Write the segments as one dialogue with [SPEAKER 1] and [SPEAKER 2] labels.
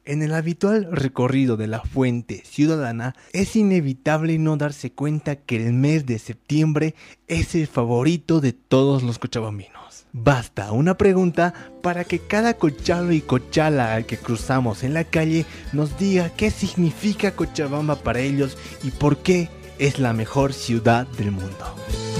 [SPEAKER 1] En el habitual recorrido de la fuente ciudadana, es inevitable no darse cuenta que el mes de septiembre es el favorito de todos los cochabambinos. Basta una pregunta para que cada cochalo y cochala al que cruzamos en la calle nos diga qué significa Cochabamba para ellos y por qué es la mejor ciudad del mundo.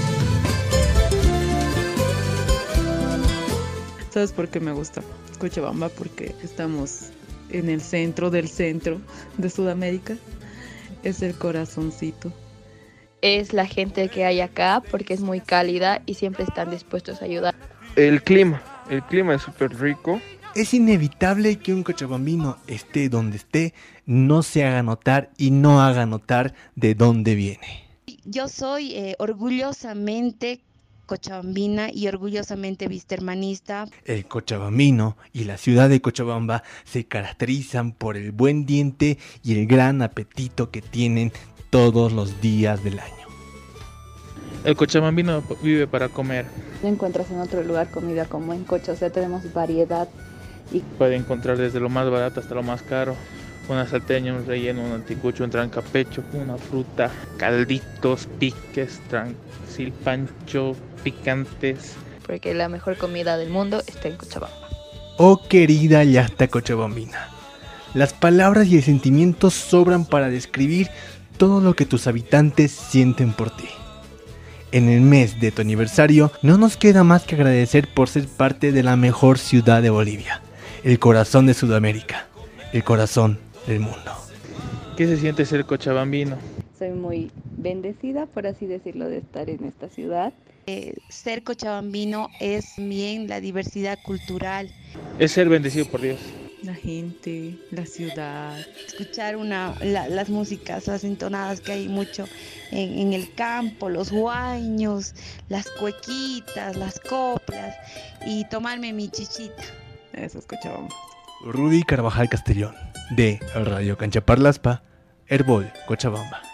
[SPEAKER 2] ¿Sabes por qué me gusta Cochabamba? Porque estamos en el centro del centro de Sudamérica. Es el corazoncito.
[SPEAKER 3] Es la gente que hay acá porque es muy cálida y siempre están dispuestos a ayudar.
[SPEAKER 4] El clima es súper rico.
[SPEAKER 1] Es inevitable que un cochabambino esté donde esté, no se haga notar y no haga notar de dónde viene.
[SPEAKER 5] Yo soy orgullosamente cochabambina y orgullosamente vistermanista.
[SPEAKER 1] El cochabambino y la ciudad de Cochabamba se caracterizan por el buen diente y el gran apetito que tienen todos los días del año.
[SPEAKER 6] El cochabambino vive para comer.
[SPEAKER 7] No encuentras en otro lugar comida como en Cocha, o sea, tenemos variedad.
[SPEAKER 6] Y puede encontrar desde lo más barato hasta lo más caro. Una salteña, un relleno, un anticucho, un trancapecho, una fruta, calditos, piques, silpancho, picantes.
[SPEAKER 3] Porque la mejor comida del mundo está en Cochabamba.
[SPEAKER 1] Oh querida llasta cochabambina, las palabras y el sentimiento sobran para describir todo lo que tus habitantes sienten por ti. En el mes de tu aniversario no nos queda más que agradecer por ser parte de la mejor ciudad de Bolivia, el corazón de Sudamérica, el corazón del mundo.
[SPEAKER 6] ¿Qué se siente ser cochabambino?
[SPEAKER 7] Soy muy bendecida, por así decirlo, de estar en esta ciudad.
[SPEAKER 5] Ser cochabambino es también la diversidad cultural.
[SPEAKER 6] Es ser bendecido por Dios.
[SPEAKER 2] La gente, la ciudad.
[SPEAKER 5] Escuchar las músicas, las entonadas que hay mucho en el campo, los huaños, las cuequitas, las coplas y tomarme mi chichita.
[SPEAKER 2] Eso es Cochabamba.
[SPEAKER 1] Rudy Carvajal Castellón, de Radio Cancha Parlaspa, Herbol, Cochabamba.